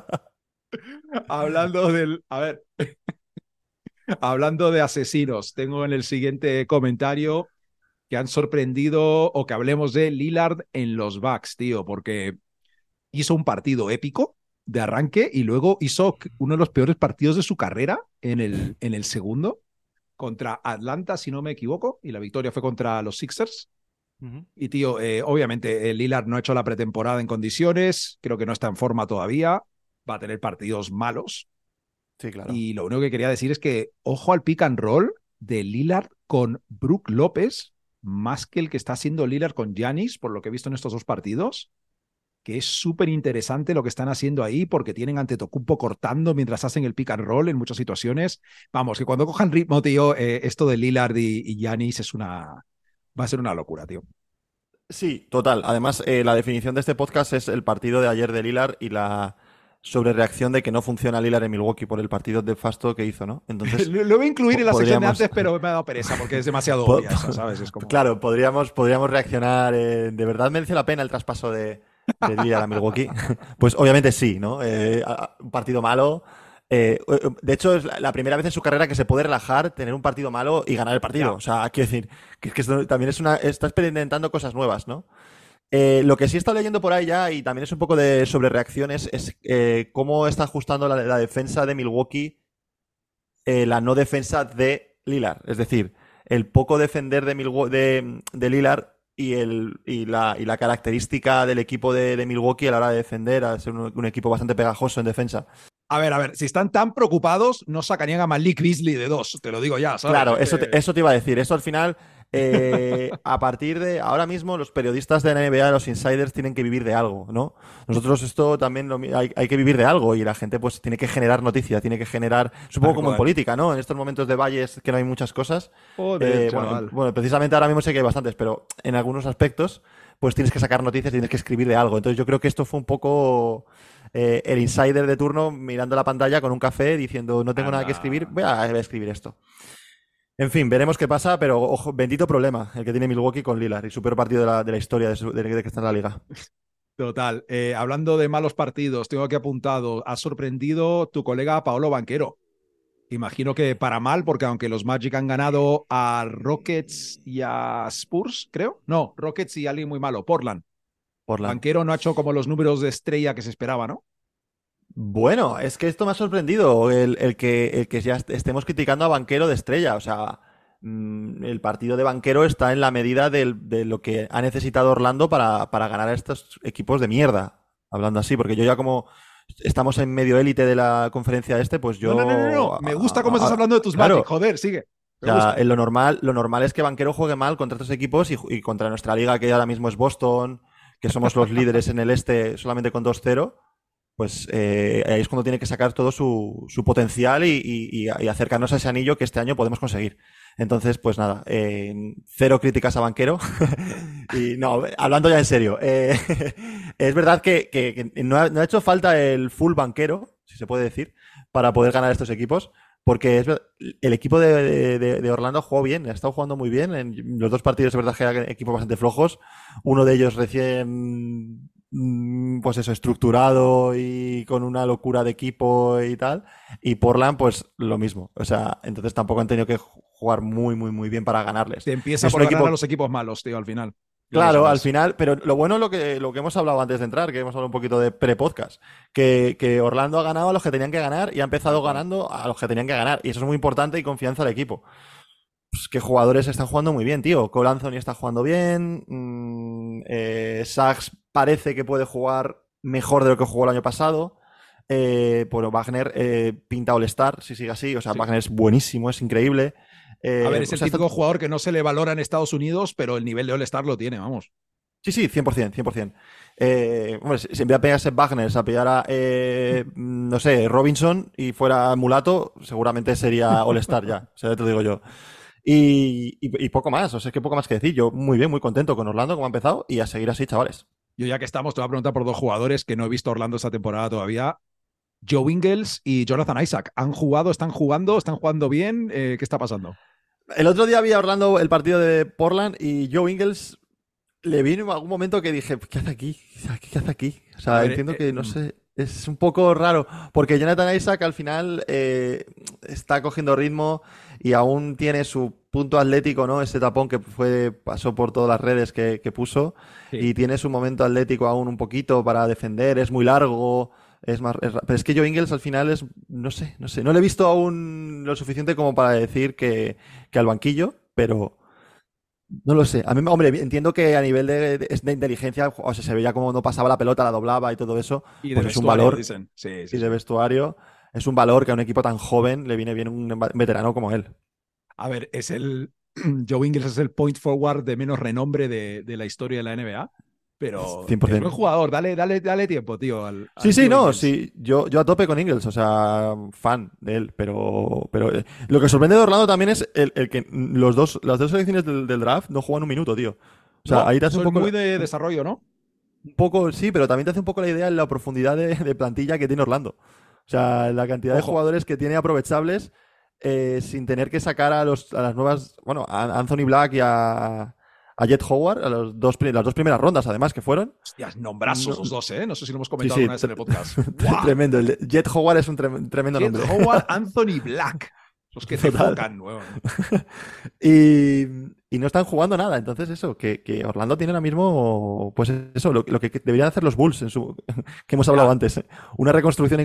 Hablando del. A ver. Hablando de asesinos, tengo en el siguiente comentario que han sorprendido o que hablemos de Lillard en los Bucks, tío, porque hizo un partido épico de arranque y luego hizo uno de los peores partidos de su carrera en el segundo contra Atlanta, si no me equivoco, y la victoria fue contra los Sixers. Y tío, obviamente Lillard no ha hecho la pretemporada en condiciones, creo que no está en forma todavía, va a tener partidos malos. Sí, claro. Y lo único que quería decir es que ojo al pick and roll de Lillard con Brook López, más que el que está haciendo Lillard con Giannis, por lo que he visto en estos dos partidos, que es súper interesante lo que están haciendo ahí, porque tienen a Antetokounmpo cortando mientras hacen el pick and roll en muchas situaciones. Vamos, que cuando cojan ritmo, tío, esto de Lillard y Giannis va a ser una locura, tío. Sí, total. Además, la definición de este podcast es el partido de ayer de Lillard y la sobrereacción de que no funciona Lillard en Milwaukee por el partido de fasto que hizo, ¿no? Entonces, lo voy a incluir en la sección de podríamos- antes, pero me ha dado pereza porque es demasiado obvia esa, ¿sabes? Es como... Claro, podríamos reaccionar. ¿De verdad merece la pena el traspaso de Lillard a Milwaukee? Pues obviamente sí, ¿no? Un partido malo. De hecho, es la primera vez en su carrera que se puede relajar, tener un partido malo y ganar el partido. Ya. O sea, quiero decir, que esto también está experimentando cosas nuevas, ¿no? Lo que sí he estado leyendo por ahí ya, y también es un poco de sobrereacciones, es cómo está ajustando la defensa de Milwaukee, la no defensa de Lillard. Es decir, el poco defender de Lillard y la característica del equipo de Milwaukee a la hora de defender, a ser un equipo bastante pegajoso en defensa. A ver, si están tan preocupados, no sacarían a Malik Beasley de 2, te lo digo ya, ¿sabes? Claro, eso te iba a decir. Eso al final, a partir de ahora mismo, los periodistas de la NBA, los insiders, tienen que vivir de algo, ¿no? Nosotros esto también hay que vivir de algo y la gente pues tiene que generar noticias, tiene que generar, supongo como en política, ¿no? En estos momentos de valles que no hay muchas cosas. Joder, chaval. Bueno, precisamente ahora mismo sé que hay bastantes, pero en algunos aspectos pues tienes que sacar noticias y tienes que escribir de algo. Entonces yo creo que esto fue un poco el insider de turno mirando la pantalla con un café diciendo no tengo nada que escribir, voy a escribir esto. En fin, veremos qué pasa, pero ojo, bendito problema el que tiene Milwaukee con Lillard y su peor partido de la historia de que está en la liga. Total. Hablando de malos partidos, tengo aquí apuntado, ha sorprendido tu colega Paolo Banchero. Imagino que para mal, porque aunque los Magic han ganado a Rockets y a Spurs, creo. No, Rockets y alguien muy malo, Portland. Banchero no ha hecho como los números de estrella que se esperaba, ¿no? Bueno, es que esto me ha sorprendido, el que ya estemos criticando a Banchero de estrella. O sea, el partido de Banchero está en la medida de lo que ha necesitado Orlando para ganar a estos equipos de mierda. Hablando así, porque yo ya como estamos en medio élite de la conferencia pues yo... No. Me gusta cómo estás hablando de tus claro. Magic, joder, sigue. O sea, lo normal es que Banchero juegue mal contra estos equipos y contra nuestra liga, que ahora mismo es Boston, que somos los líderes en el este solamente con 2-0. Pues ahí es cuando tiene que sacar todo su potencial y acercarnos a ese anillo que este año podemos conseguir. Entonces, pues nada, cero críticas a Banchero. Y no, hablando ya en serio, es verdad que no ha hecho falta el full Banchero, si se puede decir, para poder ganar estos equipos. Porque el equipo de Orlando jugó bien, ha estado jugando muy bien. En los dos partidos es verdad que eran equipos bastante flojos. Uno de ellos recién... pues eso, estructurado y con una locura de equipo y tal, y Portland pues lo mismo, o sea, entonces tampoco han tenido que jugar muy bien para ganarles. Te empieza por ganar a los equipos malos, tío, al final. Claro, al final, pero lo bueno es lo que hemos hablado antes de entrar, que hemos hablado un poquito de pre-podcast, que Orlando ha ganado a los que tenían que ganar y ha empezado ganando a los que tenían que ganar, y eso es muy importante y confianza al equipo. Pues que jugadores están jugando muy bien, tío. Cole Anthony está jugando bien. Sachs parece que puede jugar mejor de lo que jugó el año pasado. Bueno, Wagner pinta All-Star, si sigue así. O sea, sí. Wagner es buenísimo, es increíble. A ver, es el típico jugador que no se le valora en Estados Unidos, pero el nivel de All-Star lo tiene, vamos. Sí, 100%. Hombre, si en vez de pegarse Wagner, a pillar a, no sé, Robinson y fuera mulato, seguramente sería All-Star ya. O sea, te lo digo yo. Y poco más, o sea, es que poco más que decir. Yo muy bien, muy contento con Orlando, como ha empezado, y a seguir así, chavales. Yo ya que estamos, te voy a preguntar por dos jugadores que no he visto Orlando esta temporada todavía. Joe Ingles y Jonathan Isaac. ¿Han jugado? ¿Están jugando? ¿Están jugando bien? ¿Qué está pasando? El otro día vi a Orlando el partido de Portland y Joe Ingles le vi en algún momento que dije, ¿qué hace aquí? ¿Qué hace aquí? O sea, entiendo que, no sé, es un poco raro, porque Jonathan Isaac al final está cogiendo ritmo y aún tiene su punto atlético, ¿no? Ese tapón que pasó por todas las redes que puso, y tiene su momento atlético aún un poquito para defender, es muy largo, pero es que Joe Ingles al final no sé, no le he visto aún lo suficiente como para decir que al banquillo, pero no lo sé. A mí, hombre, entiendo que a nivel de inteligencia, o sea, se veía como no pasaba la pelota, la doblaba y todo eso, Y de pues es un vestuario, valor, dicen. Sí, y de vestuario, es un valor que a un equipo tan joven le viene bien un veterano como él. A ver, Joe Ingles es el point forward de menos renombre de la historia de la NBA, pero 100%. es buen jugador. Dale tiempo, tío. Sí, Joe no, Ingles. sí, yo a tope con Ingles, o sea, fan de él, pero lo que sorprende de Orlando también es el que las dos selecciones del draft no juegan un minuto, tío. O sea, No, ahí te hace un son poco... muy de desarrollo, ¿no? Un poco, sí, pero también te hace un poco la idea de la profundidad de plantilla que tiene Orlando. O sea, la cantidad de jugadores que tiene aprovechables sin tener que sacar a las nuevas, bueno, a Anthony Black y a Jet Howard, a las dos primeras rondas, además, que fueron. Hostias, nombrazos los dos, ¿eh? No sé si lo hemos comentado Sí, alguna vez en el podcast. Tremendo. El Jet Howard es un tremendo Jet nombre. Howard, Anthony Black. Los que te tocan, weón. Y no están jugando nada. Entonces, eso, que Orlando tiene ahora mismo, pues eso, lo que deberían hacer los Bulls, que hemos hablado antes. Una reconstrucción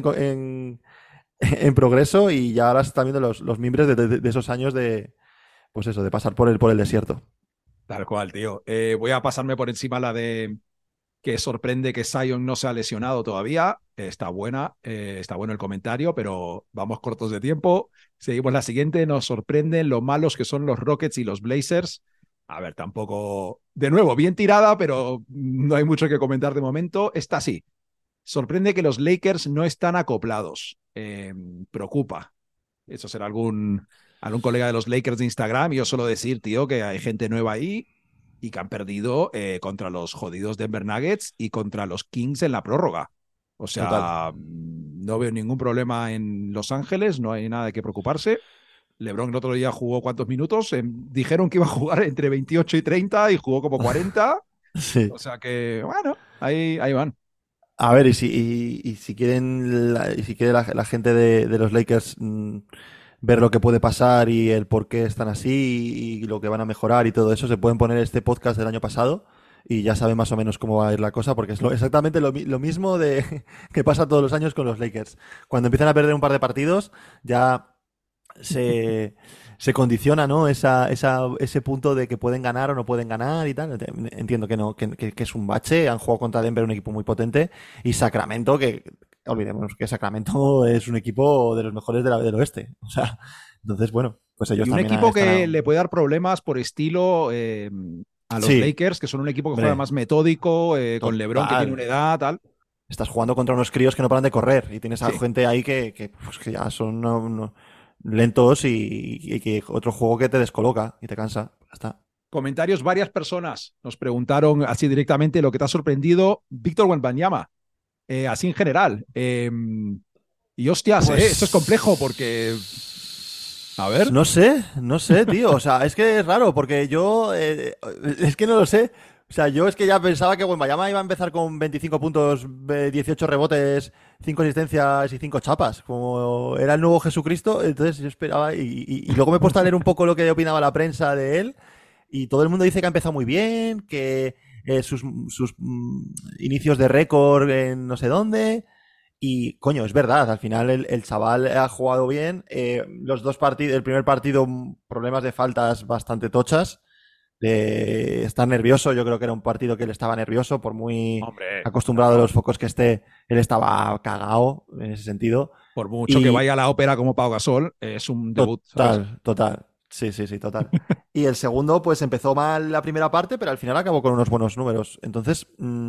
en progreso, y ya ahora se están viendo los mimbres de esos años pues eso, de pasar por el desierto. Tal cual, tío. Voy a pasarme por encima la de que sorprende que Zion no se ha lesionado todavía. Está bueno el comentario, pero vamos cortos de tiempo. Seguimos la siguiente. Nos sorprenden lo malos que son los Rockets y los Blazers. A ver, tampoco... De nuevo, bien tirada, pero no hay mucho que comentar de momento. Esta sí. Sorprende que los Lakers no están acoplados. Preocupa. Eso será algún colega de los Lakers de Instagram. Y yo suelo decir, tío, que hay gente nueva ahí y que han perdido contra los jodidos Denver Nuggets y contra los Kings en la prórroga. O sea, total, no veo ningún problema en Los Ángeles, no hay nada de qué preocuparse. LeBron el otro día jugó ¿cuántos minutos? Dijeron que iba a jugar entre 28 y 30 y jugó como 40. Sí. O sea que, bueno, ahí van. A ver, y si quieren la gente de los Lakers ver lo que puede pasar y el por qué están así y lo que van a mejorar y todo eso, se pueden poner este podcast del año pasado y ya saben más o menos cómo va a ir la cosa, porque es exactamente lo mismo que pasa todos los años con los Lakers. Cuando empiezan a perder un par de partidos, ya se condiciona, ¿no? Ese punto de que pueden ganar o no pueden ganar y tal. Entiendo que no, que es un bache. Han jugado contra Denver, un equipo muy potente, y Sacramento, que olvidemos que Sacramento es un equipo de los mejores del oeste. O sea, entonces, bueno, pues ellos y un también equipo que le puede dar problemas por estilo a los Lakers, que son un equipo que juega más metódico, con LeBron, que tiene una edad, tal. Estás jugando contra unos críos que no paran de correr y tienes a gente ahí que ya son lentos y que otro juego que te descoloca y te cansa. Ya está. Comentarios, varias personas nos preguntaron así directamente lo que te ha sorprendido Víctor Wembanyama, así en general. Y hostias, pues... esto es complejo porque... A ver. No sé, tío. O sea, es que es raro porque yo... es que no lo sé. O sea, yo es que ya pensaba que Wembanyama iba a empezar con 25 puntos, 18 rebotes, 5 asistencias y 5 chapas, como era el nuevo Jesucristo. Entonces yo esperaba y luego me he puesto a leer un poco lo que opinaba la prensa de él, y todo el mundo dice que ha empezado muy bien, que sus inicios de récord en no sé dónde. Y, coño, es verdad, al final el chaval ha jugado bien. Los dos partidos, el primer partido, problemas de faltas bastante tochas. Estar nervioso, yo creo que era un partido que él estaba nervioso, por muy acostumbrado a los focos que esté, él estaba cagao en ese sentido. Por mucho que vaya a la ópera como Pau Gasol, es un debut. Total. Sí, total. Y el segundo, pues empezó mal la primera parte, pero al final acabó con unos buenos números. Entonces,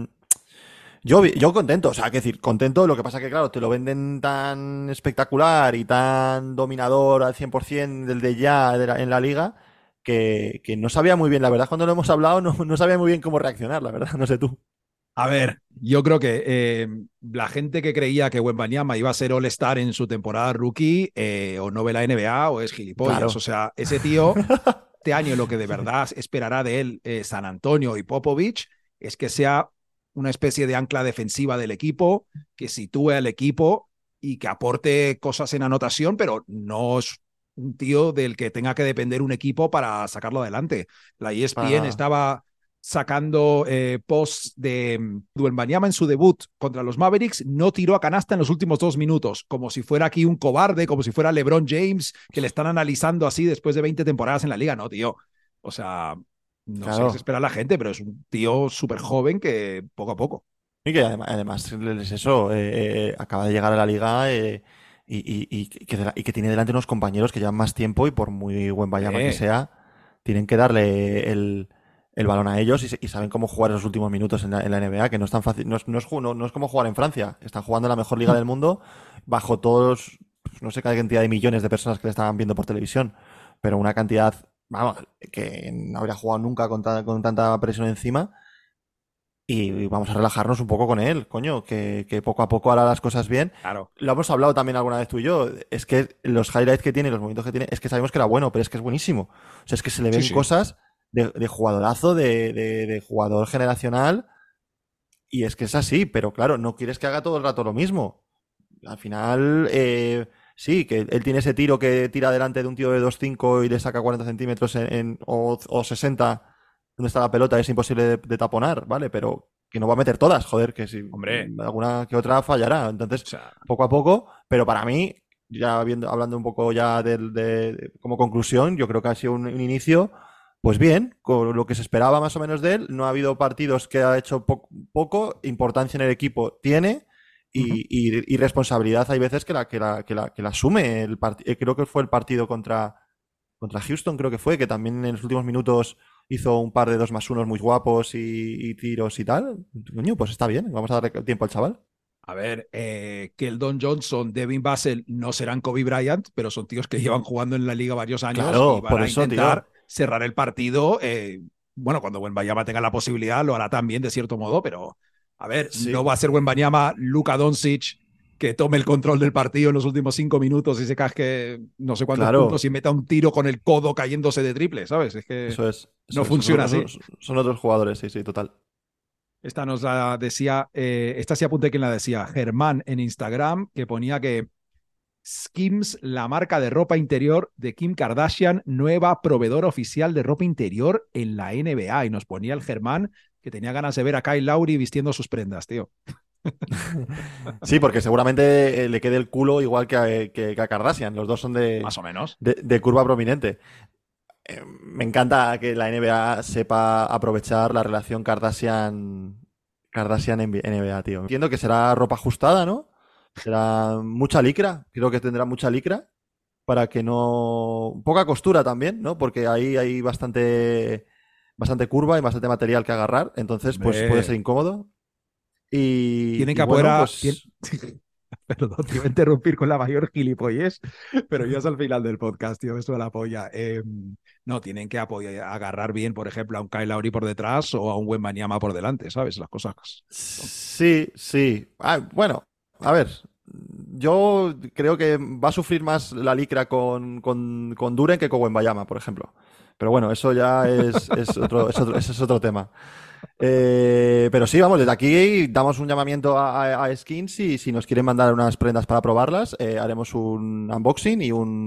yo contento, o sea, que decir, contento. Lo que pasa que, claro, te lo venden tan espectacular y tan dominador al 100% del de ya en la liga, que no sabía muy bien, la verdad, cuando lo hemos hablado, no sabía muy bien cómo reaccionar, la verdad, no sé tú. A ver, yo creo que la gente que creía que Wembanyama iba a ser All-Star en su temporada rookie o no ve la NBA o es gilipollas. Claro. O sea, ese tío, este año lo que de verdad esperará de él San Antonio y Popovich es que sea una especie de ancla defensiva del equipo, que sitúe al equipo y que aporte cosas en anotación, pero no es un tío del que tenga que depender un equipo para sacarlo adelante. La ESPN estaba sacando posts de Wembanyama en su debut contra los Mavericks, no tiró a canasta en los últimos 2 minutos, como si fuera aquí un cobarde, como si fuera LeBron James, que le están analizando así después de 20 temporadas en la liga. No, tío. O sea, no sé qué se espera la gente, pero es un tío súper joven que poco a poco. Y que además es eso, acaba de llegar a la liga y que tiene delante unos compañeros que llevan más tiempo y por muy buen Wembanyama que sea, tienen que darle el balón a ellos y saben cómo jugar esos últimos minutos en la NBA, que no es tan fácil, no es como jugar en Francia. Están jugando en la mejor liga del mundo bajo todos, no sé qué cantidad de millones de personas que le estaban viendo por televisión, pero una cantidad, vamos, que no habría jugado nunca con tanta presión encima. Y vamos a relajarnos un poco con él, coño, que poco a poco hará las cosas bien. Claro. Lo hemos hablado también alguna vez tú y yo. Es que los highlights que tiene, los momentos que tiene, es que sabemos que era bueno, pero es que es buenísimo. O sea, es que se le ven cosas de jugadorazo, de jugador generacional. Y es que es así, pero claro, no quieres que haga todo el rato lo mismo. Al final, sí, que él tiene ese tiro que tira delante de un tío de 2'5" y le saca 40 centímetros o 60 donde está la pelota, es imposible de taponar, ¿vale? Pero que no va a meter todas, joder, que si alguna que otra fallará. Entonces, o sea, poco a poco, pero para mí, ya hablando un poco ya como conclusión, yo creo que ha sido un inicio, pues bien, con lo que se esperaba más o menos de él. No ha habido partidos que ha hecho poco, importancia en el equipo tiene y responsabilidad hay veces que la asume. Creo que fue el partido contra Houston, creo que fue, que también en los últimos minutos hizo un par de 2+1 muy guapos y tiros y tal. Coño, pues está bien, vamos a darle tiempo al chaval. A ver, Keldon Johnson, Devin Vassell no serán Kobe Bryant, pero son tíos que llevan jugando en la liga varios años, claro, y van a intentar cerrar el partido. Bueno, cuando Wembanyama tenga la posibilidad lo hará también de cierto modo, pero a ver, no va a ser Wembanyama Luka Doncic que tome el control del partido en los últimos 5 minutos y se casque no sé cuántos puntos y meta un tiro con el codo cayéndose de triple, ¿sabes? Es que no funciona así. Son otros jugadores, sí, total. Esta nos la decía, esta sí apunté quién la decía, Germán en Instagram, que ponía que Skims, la marca de ropa interior de Kim Kardashian, nueva proveedora oficial de ropa interior en la NBA. Y nos ponía el Germán que tenía ganas de ver a Kyle Lowry vistiendo sus prendas, tío. Sí, porque seguramente le quede el culo igual que a Kardashian. Los dos son más o menos de curva prominente. Me encanta que la NBA sepa aprovechar la relación Kardashian-NBA, tío. Entiendo que será ropa ajustada, ¿no? Será mucha licra. Creo que tendrá mucha licra para que no... Poca costura también, ¿no? Porque ahí hay bastante curva y bastante material que agarrar. Entonces, pues puede ser incómodo. Tienen que apoyar. Perdón, te iba a interrumpir con la mayor gilipollez, pero ya es al final del podcast, tío, eso de la polla. No, tienen que agarrar bien, por ejemplo, a un Kyle Lowry por detrás o a un Wembanyama por delante, ¿sabes? Las cosas. Sí. Bueno, a ver, yo creo que va a sufrir más la licra con Duren que con Wembanyama, por ejemplo. Pero bueno, eso ya es otro tema. Pero sí, vamos, desde aquí damos un llamamiento a Skins y si nos quieren mandar unas prendas para probarlas, haremos un unboxing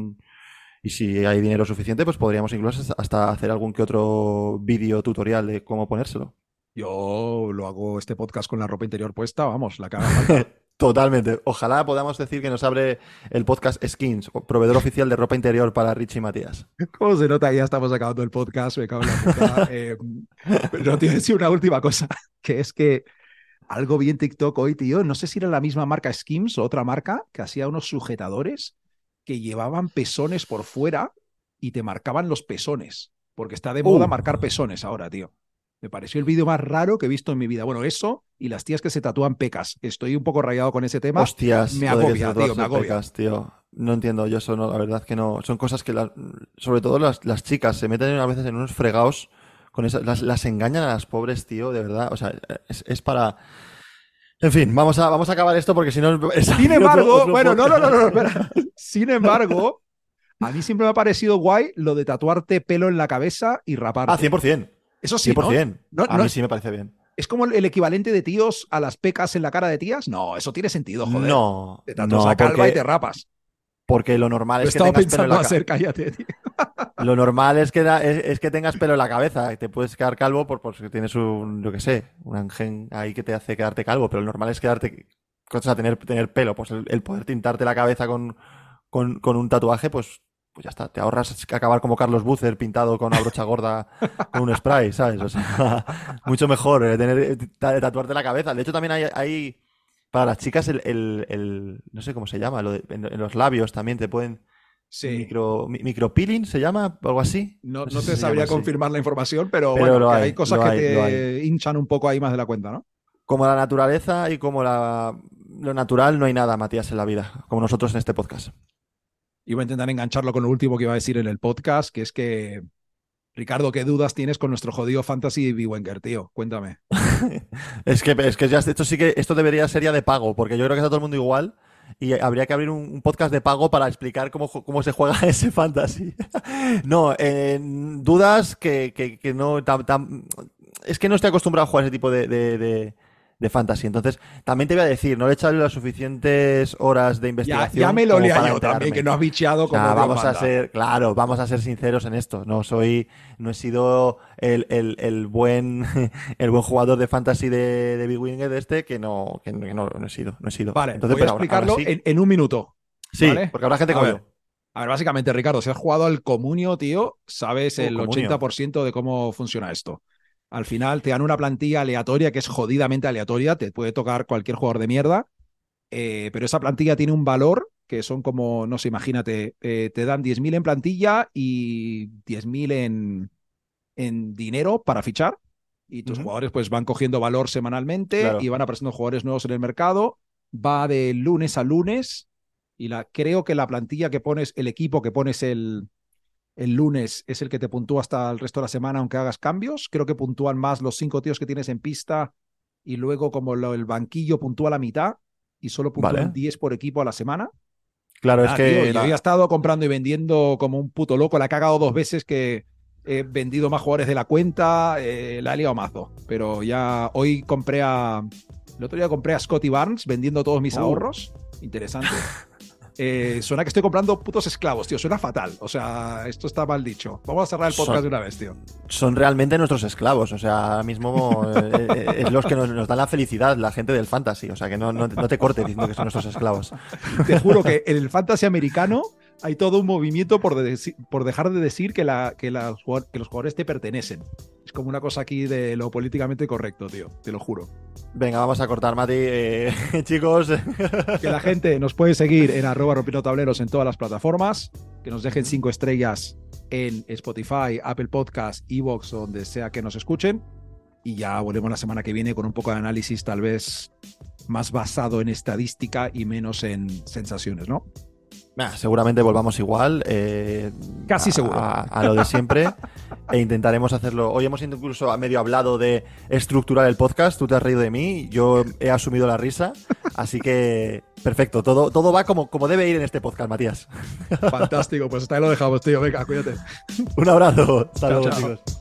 y si hay dinero suficiente, pues podríamos incluso hasta hacer algún que otro vídeo tutorial de cómo ponérselo. Yo lo hago este podcast con la ropa interior puesta, vamos, la que haga falta. Totalmente. Ojalá podamos decir que nos abre el podcast Skins, proveedor oficial de ropa interior para Richie y Matías. ¿Cómo se nota? Ya estamos acabando el podcast, me cago en la puta. Pero te voy a decir una última cosa, que es que algo vi en TikTok hoy, tío, no sé si era la misma marca Skims o otra marca, que hacía unos sujetadores que llevaban pezones por fuera y te marcaban los pezones, porque está de moda marcar pezones ahora, tío. Me pareció el vídeo más raro que he visto en mi vida. Bueno, eso y las tías que se tatúan pecas. Estoy un poco rayado con ese tema. Hostias, me agobia, tío, me agobia. Pecas, tío. No entiendo yo eso, no, la verdad que no. Son cosas que, sobre todo las chicas, se meten a veces en unos fregados con eso, las engañan a las pobres, tío, de verdad. O sea, es para... En fin, vamos a acabar esto porque si no... Sin embargo, espera. Sin embargo, a mí siempre me ha parecido guay lo de tatuarte pelo en la cabeza y raparte. 100%. Eso sí, 100%. ¿no? A mí sí me parece bien. ¿Es como el equivalente de tíos a las pecas en la cara de tías? No, eso tiene sentido, joder. No. Te tatúas la calva y te rapas. Porque lo normal es que tengas pelo en la cabeza. Cállate, tío. Lo normal es que tengas pelo en la cabeza. Te puedes quedar calvo porque tienes yo qué sé, un gen ahí que te hace quedarte calvo. Pero lo normal es tener pelo. Pues el poder tintarte la cabeza con un tatuaje, pues ya está. Te ahorras acabar como Carlos Bucer pintado con una brocha gorda con un spray, ¿sabes? O sea, mucho mejor tatuarte la cabeza. De hecho, también hay para las chicas no sé cómo se llama, en los labios también te pueden... Sí. Micropeeling se llama, algo así. No sé te si se sabría llama confirmar la información, pero bueno, hay cosas que te hay. hinchan un poco ahí más de la cuenta, ¿no? Como la naturaleza y como lo natural, no hay nada, Matías, en la vida, como nosotros en este podcast. Y voy a intentar engancharlo con lo último que iba a decir en el podcast, que es que, Ricardo, ¿qué dudas tienes con nuestro jodido Fantasy Big Wenger, tío? Cuéntame. es que ya esto debería ser ya de pago, porque yo creo que está todo el mundo igual y habría que abrir un podcast de pago para explicar cómo se juega ese Fantasy. No, dudas que no... es que no estoy acostumbrado a jugar ese tipo de Fantasy. Entonces, también te voy a decir, no le he echado las suficientes horas de investigación. Ya me lo lía yo también, que no has bicheado como vamos a ser sinceros en esto. No he sido el buen jugador de Fantasy de Big Winger que no he sido. Vale, entonces, voy a explicarlo ahora sí. en un minuto. Sí, ¿vale? porque habrá gente como yo. A ver, básicamente, Ricardo, si has jugado al Comunio, tío, sabes el Comunio. 80% de cómo funciona esto. Al final te dan una plantilla aleatoria que es jodidamente aleatoria, te puede tocar cualquier jugador de mierda, pero esa plantilla tiene un valor que son como, no sé, imagínate, te dan 10.000 en plantilla y 10.000 en dinero para fichar y tus jugadores pues van cogiendo valor semanalmente, claro, y van apareciendo jugadores nuevos en el mercado, va de lunes a lunes y creo que la plantilla que pones, el equipo que pones el lunes es el que te puntúa hasta el resto de la semana aunque hagas cambios. Creo que puntúan más los 5 tíos que tienes en pista y luego como el banquillo puntúa la mitad y solo puntúan 10 por equipo a la semana. Claro, es que... Tío, yo había estado comprando y vendiendo como un puto loco. La he cagado 2 veces que he vendido más jugadores de la cuenta. La he liado mazo. Pero ya hoy el otro día compré a Scotty Barnes vendiendo todos mis ahorros. Interesante. Suena que estoy comprando putos esclavos, tío. Suena fatal. O sea, esto está mal dicho. Vamos a cerrar el podcast de una vez, tío. Son realmente nuestros esclavos. O sea, ahora mismo es los que nos dan la felicidad, la gente del fantasy. O sea, que no te cortes diciendo que son nuestros esclavos. Te juro que en el fantasy americano hay todo un movimiento por dejar de decir que los jugadores te pertenecen. Es como una cosa aquí de lo políticamente correcto, tío. Te lo juro. Venga, vamos a cortar, Mati. Chicos. Que la gente nos puede seguir en @rompienotableros en todas las plataformas. Que nos dejen 5 estrellas en Spotify, Apple Podcast, Evox, donde sea que nos escuchen. Y ya volvemos la semana que viene con un poco de análisis tal vez más basado en estadística y menos en sensaciones, ¿no? Seguramente volvamos igual. Casi seguro. A lo de siempre. E intentaremos hacerlo. Hoy hemos incluso medio hablado de estructurar el podcast. Tú te has reído de mí. Yo he asumido la risa. Así que, perfecto. Todo va como debe ir en este podcast, Matías. Fantástico. Pues hasta ahí lo dejamos, tío. Venga, cuídate. Un abrazo. Hasta luego, chao. chicos.